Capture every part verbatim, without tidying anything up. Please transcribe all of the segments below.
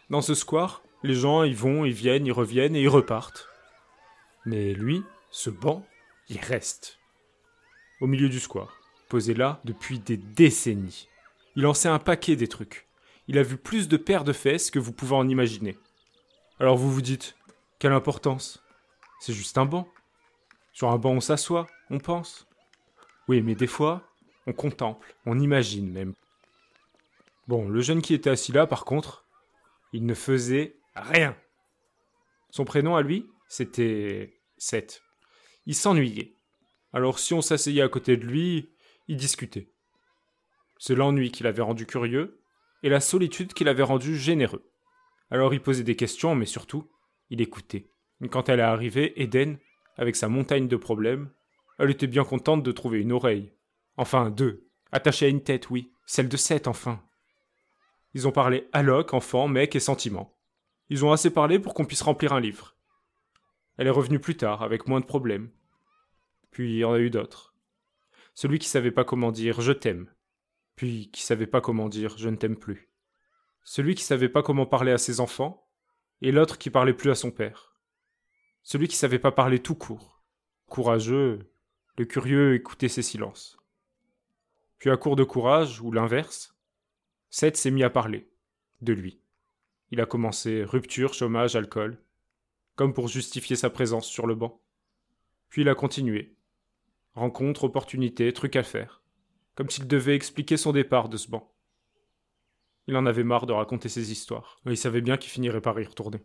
Dans ce square, les gens y vont, ils viennent, ils reviennent et ils repartent. Mais lui, ce banc, il reste. Au milieu du square, posé là depuis des décennies. Il en sait un paquet des trucs. Il a vu plus de paires de fesses que vous pouvez en imaginer. Alors vous vous dites, quelle importance? C'est juste un banc. Sur un banc on s'assoit, on pense. Oui, mais des fois, on contemple, on imagine même. Bon, le jeune qui était assis là, par contre, il ne faisait rien. Son prénom à lui, c'était Seth. Il s'ennuyait. Alors si on s'asseyait à côté de lui, il discutait. C'est l'ennui qui l'avait rendu curieux, et la solitude qui l'avait rendu généreux. Alors il posait des questions, mais surtout, il écoutait. Et quand elle est arrivée, Eden, avec sa montagne de problèmes, elle était bien contente de trouver une oreille. Enfin, deux. Attachée à une tête, oui. Celle de Seth, enfin. Ils ont parlé alloc, enfants, mecs et sentiments. Ils ont assez parlé pour qu'on puisse remplir un livre. Elle est revenue plus tard, avec moins de problèmes. Puis il y en a eu d'autres. Celui qui savait pas comment dire « je t'aime », puis qui savait pas comment dire « je ne t'aime plus ». Celui qui savait pas comment parler à ses enfants, et l'autre qui parlait plus à son père. Celui qui savait pas parler tout court. Courageux, le curieux écoutait ses silences. Puis à court de courage, ou l'inverse, Seth s'est mis à parler, de lui. Il a commencé rupture, chômage, alcool, comme pour justifier sa présence sur le banc. Puis il a continué. Rencontres, opportunités, trucs à faire. Comme s'il devait expliquer son départ de ce banc. Il en avait marre de raconter ses histoires. Mais il savait bien qu'il finirait par y retourner.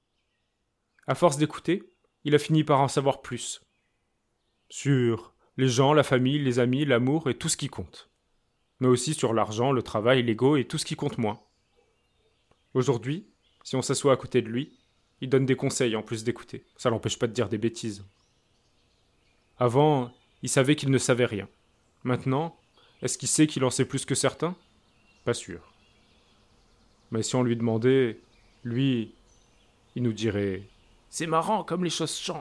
À force d'écouter, il a fini par en savoir plus. Sur les gens, la famille, les amis, l'amour et tout ce qui compte. Mais aussi sur l'argent, le travail, l'ego et tout ce qui compte moins. Aujourd'hui, si on s'assoit à côté de lui, il donne des conseils en plus d'écouter. Ça l'empêche pas de dire des bêtises. Avant, il savait qu'il ne savait rien. Maintenant, est-ce qu'il sait qu'il en sait plus que certains? Pas sûr. Mais si on lui demandait, lui, il nous dirait « C'est marrant comme les choses changent ».